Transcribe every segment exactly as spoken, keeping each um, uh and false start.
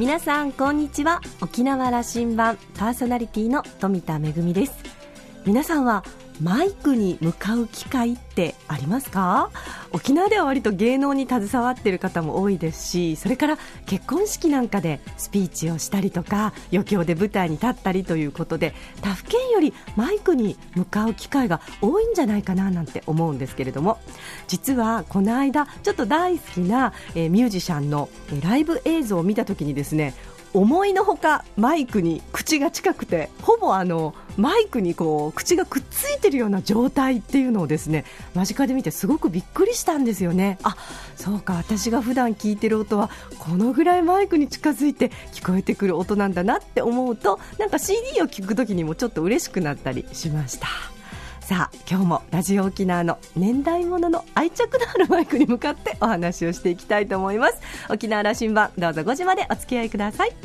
皆さんこんにちは。沖縄羅針盤パーソナリティの富田恵です。皆さんはマイクに向かう機会ってありますか？沖縄では割と芸能に携わっている方も多いですし、それから結婚式なんかでスピーチをしたりとか余興で舞台に立ったりということで、他府県よりマイクに向かう機会が多いんじゃないかななんて思うんですけれども、実はこの間ちょっと大好きな、えー、ミュージシャンの、えー、ライブ映像を見たときにですね、思いのほかマイクに口が近くて、ほぼあのマイクにこう口がくっついているような状態っていうのをですね、間近で見てすごくびっくりしたんですよね。あ、そうか、私が普段聞いてる音はこのぐらいマイクに近づいて聞こえてくる音なんだなって思うと、なんか シーディー を聞くときにもちょっと嬉しくなったりしました。さあ、今日もラジオ沖縄の年代物の愛着のあるマイクに向かってお話をしていきたいと思います。沖縄羅針盤、どうぞごじまでお付き合いください。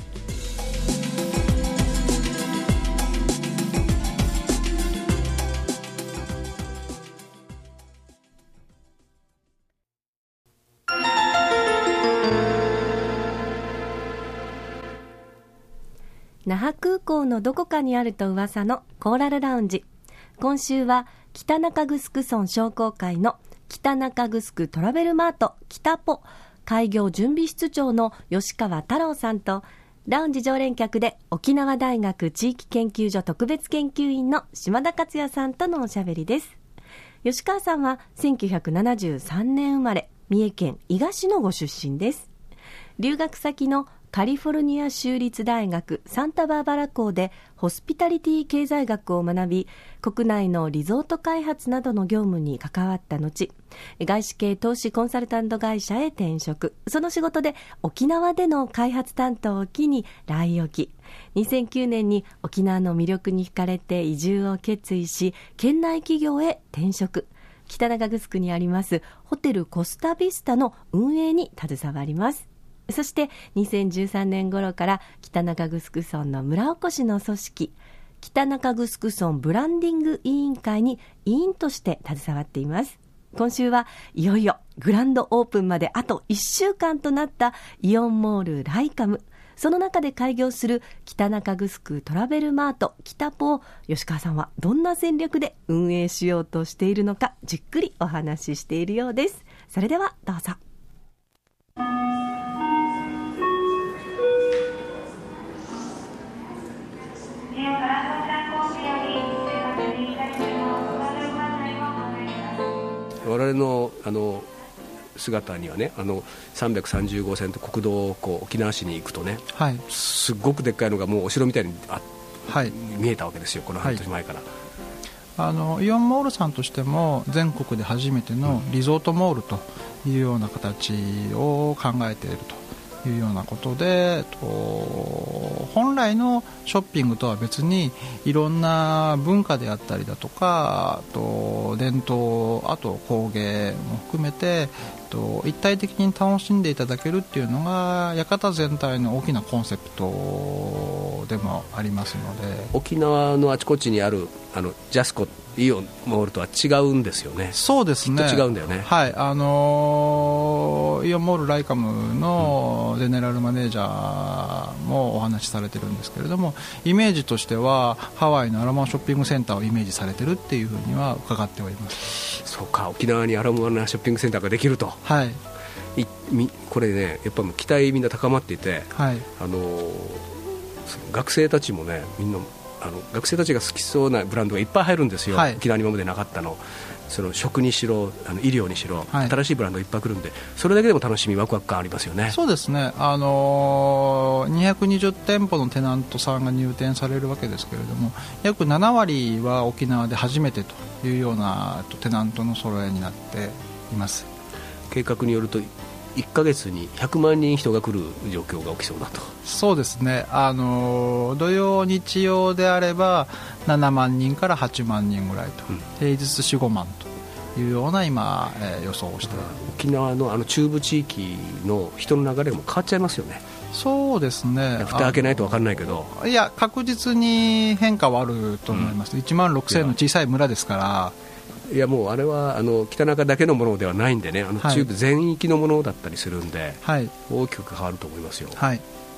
那覇空港のどこかにあると噂のコーラルラウンジ。今週は北中城村商工会の北中城トラベルマート北ポ開業準備室長の吉川太郎さんと、ラウンジ常連客で沖縄大学地域研究所特別研究員の島田克也さんとのおしゃべりです。吉川さんはせんきゅうひゃくななじゅうさんねん生まれ、三重県伊賀市のご出身です。留学先のカリフォルニア州立大学サンタバーバラ校でホスピタリティ経済学を学び、国内のリゾート開発などの業務に関わった後、外資系投資コンサルタント会社へ転職。その仕事で沖縄での開発担当を機に来沖、にせんきゅうねんに沖縄の魅力に惹かれて移住を決意し、県内企業へ転職。北中城にありますホテルコスタビスタの運営に携わります。そしてにせんじゅうさんねん頃から北中城村の村おこしの組織、北中城村ブランディング委員会に委員として携わっています。今週はいよいよグランドオープンまであといっしゅうかんとなったイオンモールライカム、その中で開業する北中城トラベルマート北ポを吉川さんはどんな戦略で運営しようとしているのか、じっくりお話ししているようです。それではどうぞ。 我々のあの姿にはね、あのさんびゃくさんじゅうごせんと国道をこう沖縄市に行くとね、はい、すっごくでっかいのがもうお城みたいにあ、はい、見えたわけですよ、この半年前から、はい、 あのイオンモールさんとしても全国で初めてのリゾートモールというような形を考えているというようなことで、と本来のショッピングとは別にいろんな文化であったりだとか、と伝統、あと工芸も含めてと一体的に楽しんでいただけるっていうのが館全体の大きなコンセプトでもありますので、 沖縄のあちこちにあるあのジャスコイオンモールとは違うんですよね。 そうですね、 きっと違うんだよね。 はい、あのー、イオンモールライカムのゼネラルマネージャーもお話しされてるんですけれども、イメージとしてはハワイのアロマショッピングセンターをイメージされてるっていうふうには伺っております。 そうか、沖縄にアロマショッピングセンターができると、はい、いみこれね、やっぱり期待みんな高まっていて、はい、あのー、学生たちもね、みんなあの学生たちが好きそうなブランドがいっぱい入るんですよ、はい、沖縄に今までなかったの。その食にしろ、あの医療にしろ、はい、新しいブランドがいっぱい来るんで、それだけでも楽しみ、ワクワク感ありますよね。 そうですね、あのー、にひゃくにじゅってんぽのテナントさんが入店されるわけですけれども、約ななわりは沖縄で初めてというようなテナントの揃えになっています。 計画によるといっかげつにひゃくまんにん人が来る状況が起きそうだと。 そうですね、あの土曜日曜であればななまんにんからはちまんにんぐらいと、うん、平日 よん、ごまんというような今、えー、予想をしている。 沖縄のあの中部地域の人の流れも変わっちゃいますよね。 そうですね、 蓋開けないと分からないけど、 いや確実に変化はあると思います、うん、いちまんろくせんの小さい村ですから。 いやもうあれはあの北中だけのものではないんでね、あの中部全域のものだったりするんで、はい、大きく変わると思いますよ。 はい、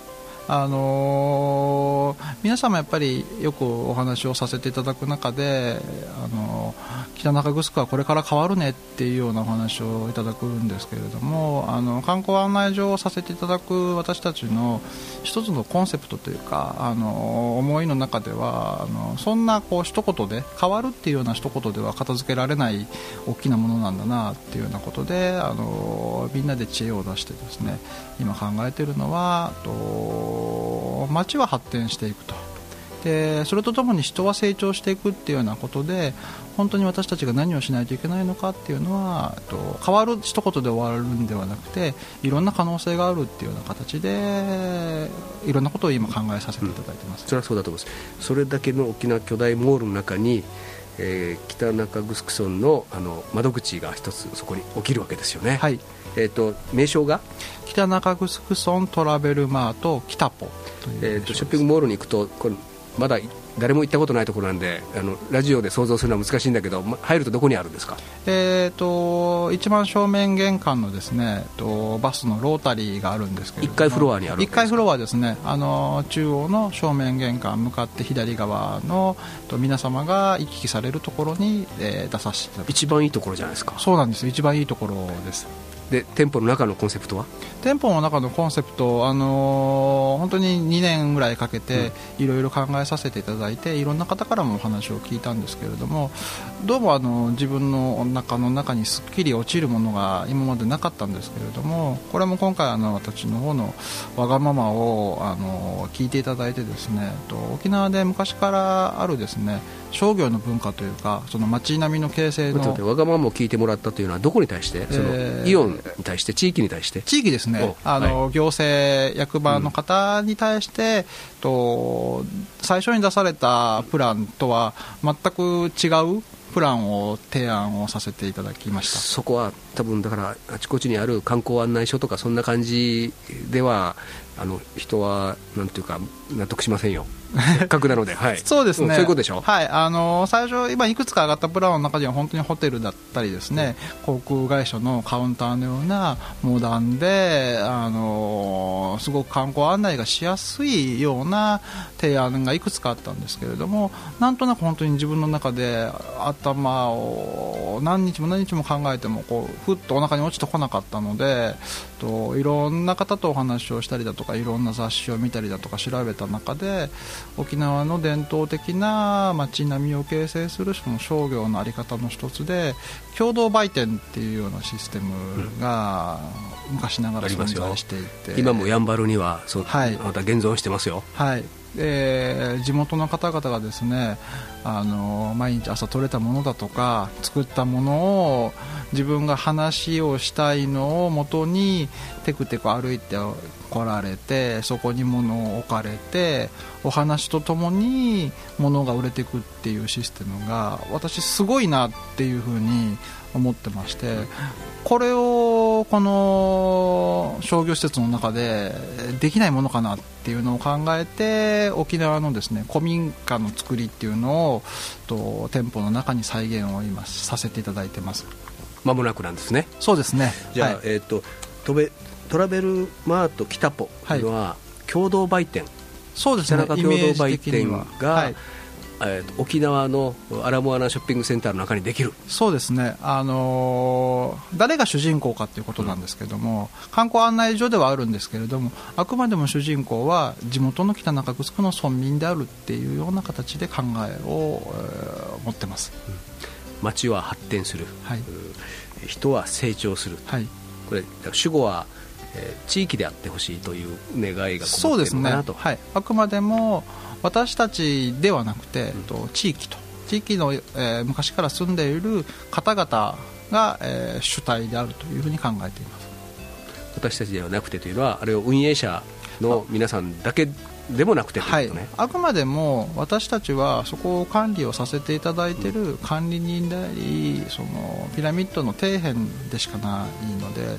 あのー、皆様やっぱりよくお話をさせていただく中で、あのー、北中城はこれから変わるねっていうようなお話をいただくんですけれども、あの観光案内所をさせていただく私たちの一つのコンセプトというか、あのー、思いの中では、あのそんなこう一言で変わるっていうような一言では片付けられない大きなものなんだなっていうようなことで、あのみんなで知恵を出してですね、今考えているのはと街は発展していくと、でそれとともに人は成長していくっていうようなことで、本当に私たちが何をしないといけないのかっていうのは、と変わる一言で終わるんではなくて、いろんな可能性があるっていうような形でいろんなことを今考えさせていただいてます、うん、 それはそうだと思います。それだけの大きな巨大モールの中に、えー、北中城村 の, あの窓口が一つそこに起きるわけですよね。 はい。 えー、と名称が北中城村トラベルマート北ポという、 えー、とショッピングモールに行くと、これまだ誰も行ったことないところなんで、あのラジオで想像するのは難しいんだけど、ま、入るとどこにあるんですか？ えー、と一番正面玄関のですね、とバスのロータリーがあるんですけれども、 いっかいフロアにあるんですか？ いっかいフロアですね。あの中央の正面玄関向かって左側のと皆様が行き来されるところに、えー、出させていただきます。 一番いいところじゃないですか。 そうなんです。一番いいところです。 で店舗の中のコンセプトは？ 店舗の中のコンセプト、あのー、本当ににねんぐらいかけていろいろ考えさせていただいて、いろんな方からもお話を聞いたんですけれども、どうもあの自分の中の中にすっきり落ちるものが今までなかったんですけれども、これも今回あの私の方のわがままをあの聞いていただいてですね、と沖縄で昔からあるですね商業の文化というか、その街並みの形成のわがままを聞いてもらったというのはどこに対して、そのえー、 イオンに対して、地域に対して？地域ですね。あの、はい、行政役場の方に対して、うん、と最初に出されたプランとは全く違うプランを提案をさせていただきました。 そこは多分だからあちこちにある観光案内所とかそんな感じではあの人はなんていうか納得しませんよ。せっかくなので、はい、 そうですね、うん、 そういうことでしょ。 はい、あの最初今いくつか上がったプランの中には本当にホテルだったりですね、うん、航空会社のカウンターのようなモダンであのすごく観光案内がしやすいような提案がいくつかあったんですけれども、なんとなく本当に自分の中で頭を何日も何日も考えてもこうふっとお腹に落ちてこなかったので、といろんな方とお話をしたりだとか、いろんな雑誌を見たりだとか調べた中で、沖縄の伝統的な街並みを形成するその商業の在り方の一つで、共同売店っていうようなシステムが昔ながら存在していて、 うん、今もやんばるにはそう、はい、また現存してますよ。 はい。えー、地元の方々がですね、あの毎日朝採れたものだとか作ったものを自分が話をしたいのを元にテクテク歩いて来られて、そこに物を置かれてお話とともに物が売れていくっていうシステムが私すごいなっていうふうに思ってまして、これをこの商業施設の中でできないものかなっていうのを考えて、沖縄のですね古民家の作りっていうのをと店舗の中に再現を今させていただいてます。 間もなくなんですね。 そうですね。 じゃあ、はい、えーと、トベトラベルマート北ポというのは共同売店、はい、 そうですね、 北中共同売店が、はい、えーと、沖縄のアラモアナショッピングセンターの中にできる。 そうですね、あのー、誰が主人公かということなんですけども、うん、観光案内所ではあるんですけれども、あくまでも主人公は地元の北中城の村民であるっていうような形で考えを、えー、持ってます、うん、 街は発展する、はい、人は成長する、 はい、 これ主語はえー、地域であってほしいという願いがこもっているのかなと。 そうですね、はい、あくまでも私たちではなくて、うん、と地域と地域の、えー、昔から住んでいる方々が、えー、主体であるというふうに考えています。 私たちではなくてというのは、あれを運営者の皆さんだけでもなくてということね。 はい、あくまでも私たちはそこを管理をさせていただいている管理人であり、そのピラミッドの底辺でしかないので、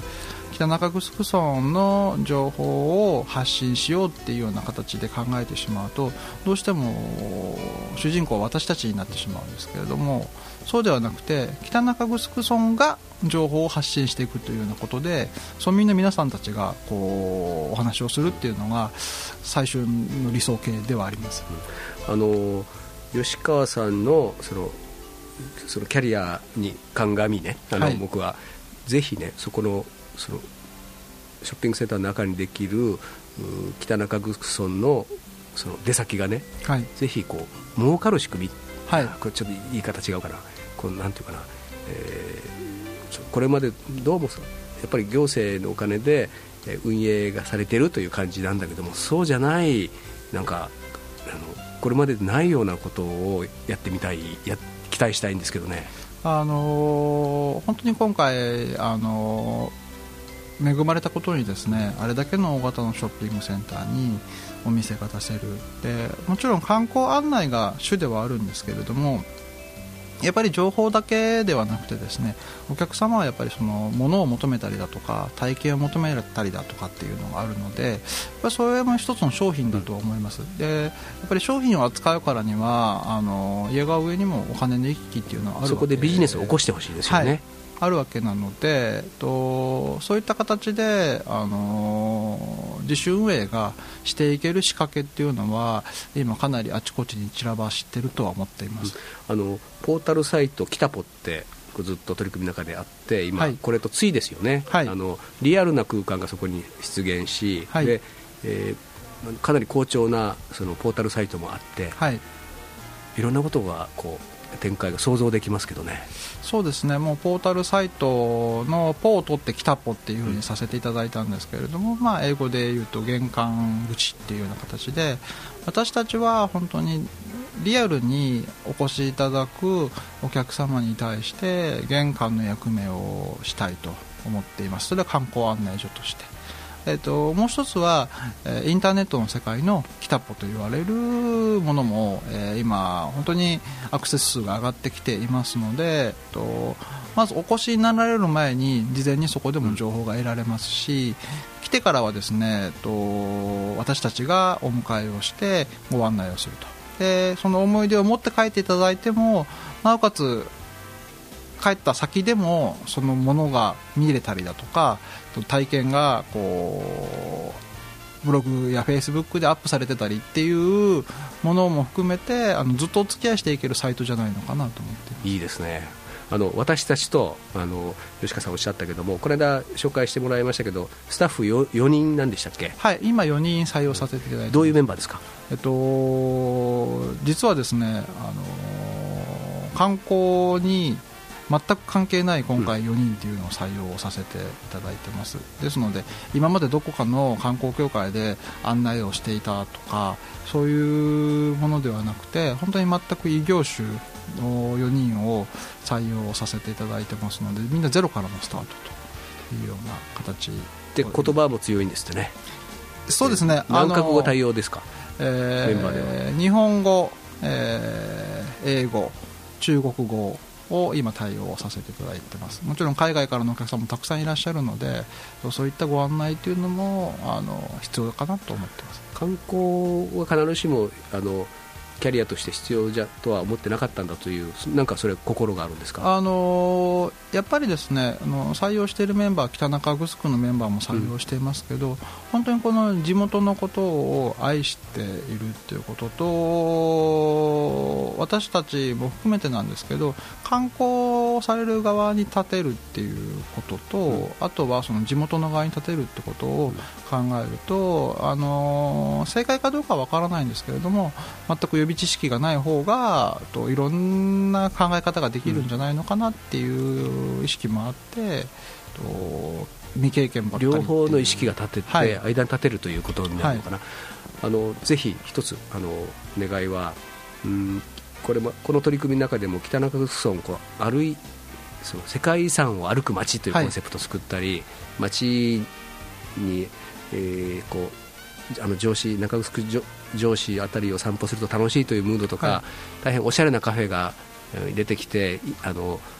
北中城村の情報を発信しようっていうような形で考えてしまうと、どうしても主人公は私たちになってしまうんですけれども、そうではなくて北中城村が情報を発信していくというようなことで、村民の皆さんたちがこうお話をするっていうのが最終の理想形ではあります。 あの吉川さんのそのそのキャリアに鑑みね、あの、はい、僕はぜひね、そこのそのショッピングセンターの中にできる北中城村のその出先がね、はい、ぜひこう儲かる仕組み、はい、これちょっと言い方違うかな、こうなんていうかな、えー、これまでどうもやっぱり行政のお金で運営がされているという感じなんだけども、そうじゃないなんかあのこれまでないようなことをやってみたい、や期待したいんですけどね。 あのー、本当に今回、あのー、恵まれたことにですね、あれだけの大型のショッピングセンターにお店が出せる。でもちろん観光案内が主ではあるんですけれども、やっぱり情報だけではなくてですね、お客様はやっぱりその物を求めたりだとか体験を求めたりだとかっていうのがあるので、やっぱりそれも一つの商品だと思います。でやっぱり商品を扱うからにはあの家が上にもお金の行き来っていうのはあるわけで、 そこでビジネスを起こしてほしいですよね、 はい、あるわけなので、とそういった形で、あのー、自主運営がしていける仕掛けっていうのは今かなりあちこちに散らばしているとは思っています、 うん、あのポータルサイトキタポってずっと取り組みの中であって、今、はい、これと対ですよね、はい、あのリアルな空間がそこに出現し、はい、でえー、かなり好調なそのポータルサイトもあって、はい、いろんなことがこう展開が想像できますけどね。 そうですね、もうポータルサイトのポを取ってキタポっていう風にさせていただいたんですけれども、うん、まあ、英語で言うと玄関口っていうような形で、私たちは本当にリアルにお越しいただくお客様に対して玄関の役目をしたいと思っています。それは観光案内所として、えー、ともう一つは、えー、インターネットの世界のキタポと言われるものも、えー、今本当にアクセス数が上がってきていますので、えー、とまずお越しになられる前に事前にそこでも情報が得られますし、来てからはですね、えー、と私たちがお迎えをしてご案内をすると。でその思い出を持って帰っていただいても、なおかつ帰った先でもそのものが見れたりだとか、体験がこうブログやフェイスブックでアップされてたりっていうものも含めて、あのずっとお付き合いしていけるサイトじゃないのかなと思っています。 いいですね。あの私たちとあの吉川さんおっしゃったけども、この間紹介してもらいましたけど、スタッフ 4, 4人なんでしたっけ。 はい、今よにん採用させていただいて。 どういうメンバーですか。 えっと、実はですね、あの観光に全く関係ない今回よにんというのを採用させていただいてます。ですので今までどこかの観光協会で案内をしていたとかそういうものではなくて、本当に全く異業種のよにんを採用させていただいてますので、みんなゼロからのスタートというような形で、言葉も強いんですってね。 そうですね。 何カ国語対応ですか。 えー、メンバーでは日本語、えー、英語、中国語を今対応させていただいてます。もちろん海外からのお客さんもたくさんいらっしゃるので、そういったご案内というのもあの必要かなと思ってます。 観光は必ずしもあのキャリアとして必要じゃとは思ってなかったんだという、なんかそれ心があるんですか。 あのやっぱりですね、あの採用しているメンバー、北中城のメンバーも採用していますけど、うん、本当にこの地元のことを愛しているということと、私たちも含めてなんですけど、観光される側に立てるっていうことと、うん、あとはその地元の側に立てるってことを考えると、あの正解かどうかは分からないんですけれども、全く予備知識がない方がといろんな考え方ができるんじゃないのかなっていう意識もあって、と未経験ばっかり両方の意識が立てて、はい、間に立てるということになるのかな、はい、あのぜひ一つあの願いは、うんこれもこの取り組みの中でも北中城村こう歩いその世界遺産を歩く街というコンセプトを作ったり、はい、街に、えー、こうあの上司中城上司あたりを散歩すると楽しいというムードとか、はい、大変おしゃれなカフェが出てきて、あの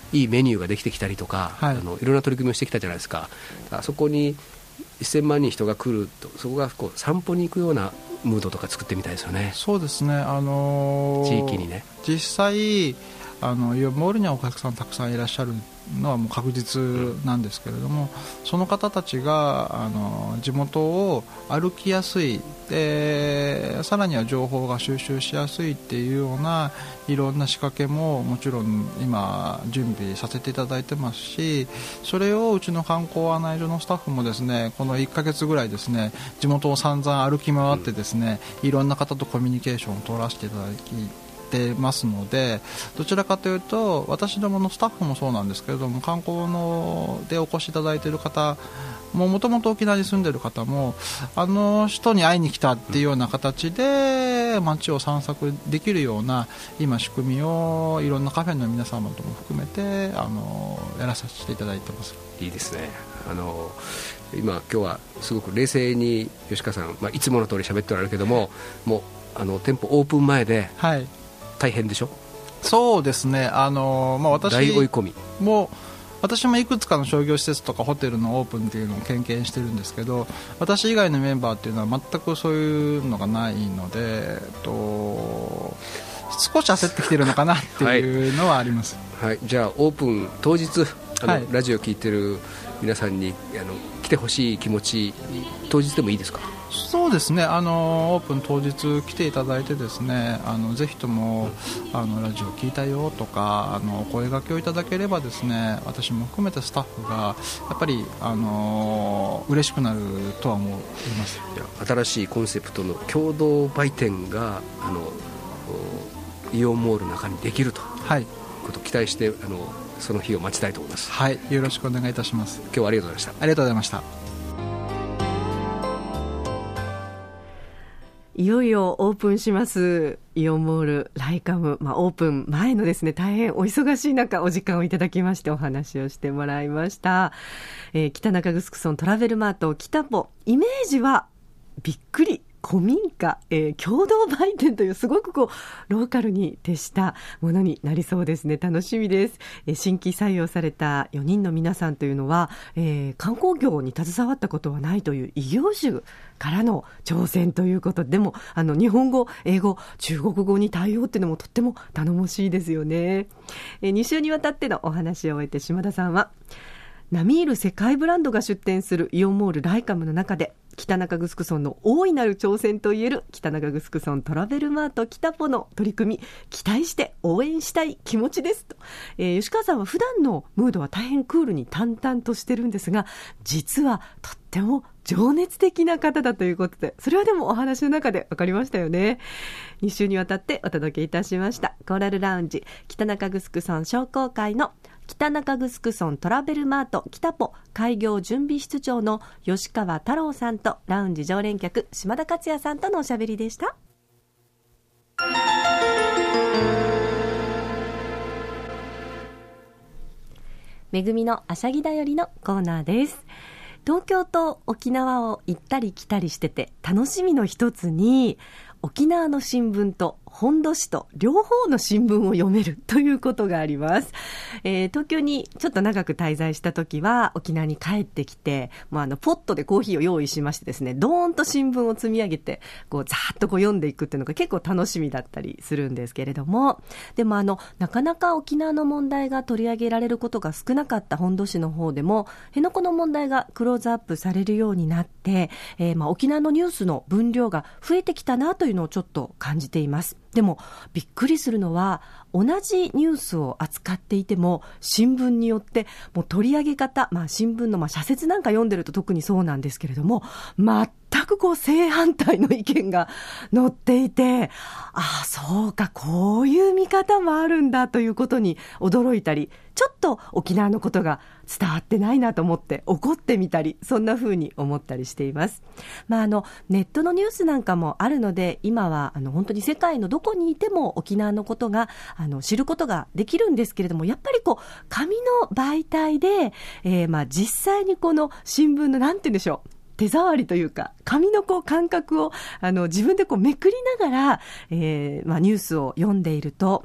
いいメニューができてきたりとか、はい、あのいろんな取り組みをしてきたじゃないですか。あそこにせんまんにん人が来ると、そこがこう散歩に行くようなムードとか作ってみたいですよね。 そうですね、あのー、 地域にね、 実際あのイオンモールにはお客さんたくさんいらっしゃるのはもう確実なんですけれども、うん、その方たちがあの地元を歩きやすいで、さらには情報が収集しやすいっていうようないろんな仕掛けももちろん今準備させていただいてますし、それをうちの観光案内所のスタッフもですね、このいっかげつぐらいですね、地元を散々歩き回ってですね、うん、いろんな方とコミュニケーションを取らせていただきてますので、どちらかというと私どものスタッフもそうなんですけれども、観光のでお越しいただいている方ももともと沖縄に住んでいる方もあの人に会いに来たっていうような形で街を散策できるような今仕組みをいろんなカフェの皆様とも含めてあのやらさせていただいてます。 いいですね。あの今今日はすごく冷静に吉川さん、まあ、いつもの通り喋っておられるけども、もうあの店舗オープン前で、はい、大変でしょ。 そうですね、あの、まあ、私大追い込みも私もいくつかの商業施設とかホテルのオープンっていうのを経験してるんですけど、私以外のメンバーっていうのは全くそういうのがないので、えっと、少し焦ってきてるのかなっていうのはあります。 はいはい、じゃあオープン当日あの、はい、ラジオ聞いてる皆さんにあの来てほしい気持ち当日でもいいですか。 そうですね、あのオープン当日来ていただいてですね、あのぜひともあのラジオ聞いたよとかあのお声掛けをいただければですね、私も含めてスタッフがやっぱりあの嬉しくなるとは思います。 新しいコンセプトの共同売店があのイオンモールの中にできると、はい、ことを期待してあのその日を待ちたいと思います。 はい、よろしくお願いいたします。 今日はありがとうございました。 ありがとうございました。 いよいよオープンしますイオンモールライカム、まあ、オープン前のですね、大変お忙しい中お時間をいただきましてお話をしてもらいました。えー、北中城村トラベルマート北ポ、イメージはびっくり古民家、えー、共同売店というすごくこうローカルに徹したものになりそうですね。楽しみです。えー、新規採用されたよにんの皆さんというのは、えー、観光業に携わったことはないという異業種からの挑戦ということで、もあの日本語、英語、中国語に対応っていうのもとっても頼もしいですよね。えー、に週にわたってのお話を終えて島田さんは、並みいる世界ブランドが出店するイオンモールライカムの中で北中城村の大いなる挑戦といえる北中城村トラベルマート北ポの取り組み、期待して応援したい気持ちですと、えー、吉川さんは普段のムードは大変クールに淡々としてるんですが、実はとっても情熱的な方だということで、それはでもお話の中で分かりましたよね。に週にわたってお届けいたしましたコーラルラウンジ北中城村商工会の北中城村トラベルマート北ポ開業準備室長の吉川太郎さんとラウンジ常連客島田克也さんとのおしゃべりでした。めぐみのあしゃぎだよりのコーナーです。東京と沖縄を行ったり来たりしてて楽しみの一つに、沖縄の新聞と本土紙と両方の新聞を読めるということがあります。えー、東京にちょっと長く滞在した時は沖縄に帰ってきて、もうあのポットでコーヒーを用意しましてですね、ドーンと新聞を積み上げてこうザーッとこう読んでいくっていうのが結構楽しみだったりするんですけれども、でもあのなかなか沖縄の問題が取り上げられることが少なかった本土紙の方でも辺野古の問題がクローズアップされるようになって、えー、まあ沖縄のニュースの分量が増えてきたなというのをちょっと感じています。でもびっくりするのは、同じニュースを扱っていても新聞によってもう取り上げ方、まあ、新聞のまあ社説なんか読んでると特にそうなんですけれども、全くこう正反対の意見が載っていて、ああそうか、こういう見方もあるんだということに驚いたり、ちょっと沖縄のことが伝わってないなと思って怒ってみたり、そんな風に思ったりしています。まあ、あのネットのニュースなんかもあるので、今はあの本当に世界のどこにいても沖縄のことがあの知ることができるんですけれども、やっぱりこう紙の媒体で、えー、まあ実際にこの新聞のなんて言うんでしょう、手触りというか紙のこう感覚をあの自分でこうめくりながら、えーまあ、ニュースを読んでいると、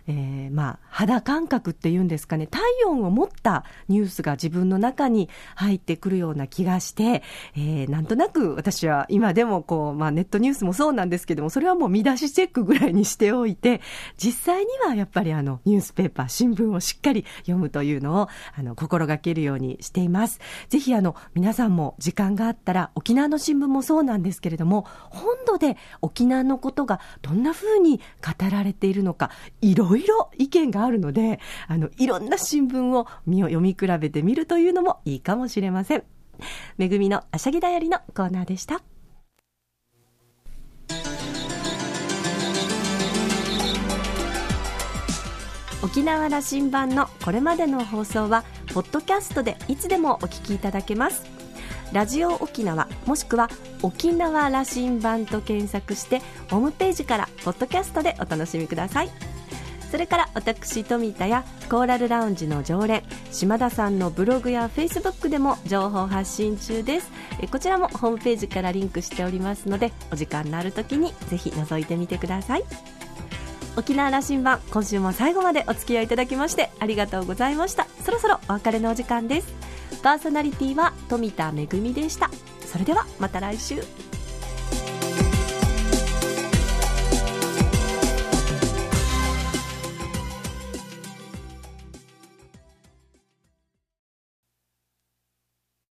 えー、まあ肌感覚っていうんですかね、体温を持ったニュースが自分の中に入ってくるような気がして、えー、なんとなく私は今でもこう、まあ、ネットニュースもそうなんですけども、それはもう見出しチェックぐらいにしておいて、実際にはやっぱりあのニュースペーパー、新聞をしっかり読むというのをあの心がけるようにしています。ぜひあの皆さんも時間があったら、沖縄の新聞もそうなんですけれども、本土で沖縄のことがどんな風に語られているのか、いろいろ意見があるので、あのいろんな新聞を読み比べてみるというのもいいかもしれません。めぐみのあしゃぎだよりのコーナーでした。沖縄羅針盤のこれまでの放送はポッドキャストでいつでもお聞きいただけます。ラジオ沖縄もしくは沖縄羅針盤と検索してホームページからポッドキャストでお楽しみください。それから私富田やコーラルラウンジの常連島田さんのブログやフェイスブックでも情報発信中です。えこちらもホームページからリンクしておりますので、お時間のある時にぜひ覗いてみてください。沖縄羅針盤、今週も最後までお付き合いいただきましてありがとうございました。そろそろお別れのお時間です。パーソナリティは富田恵でした。それではまた来週。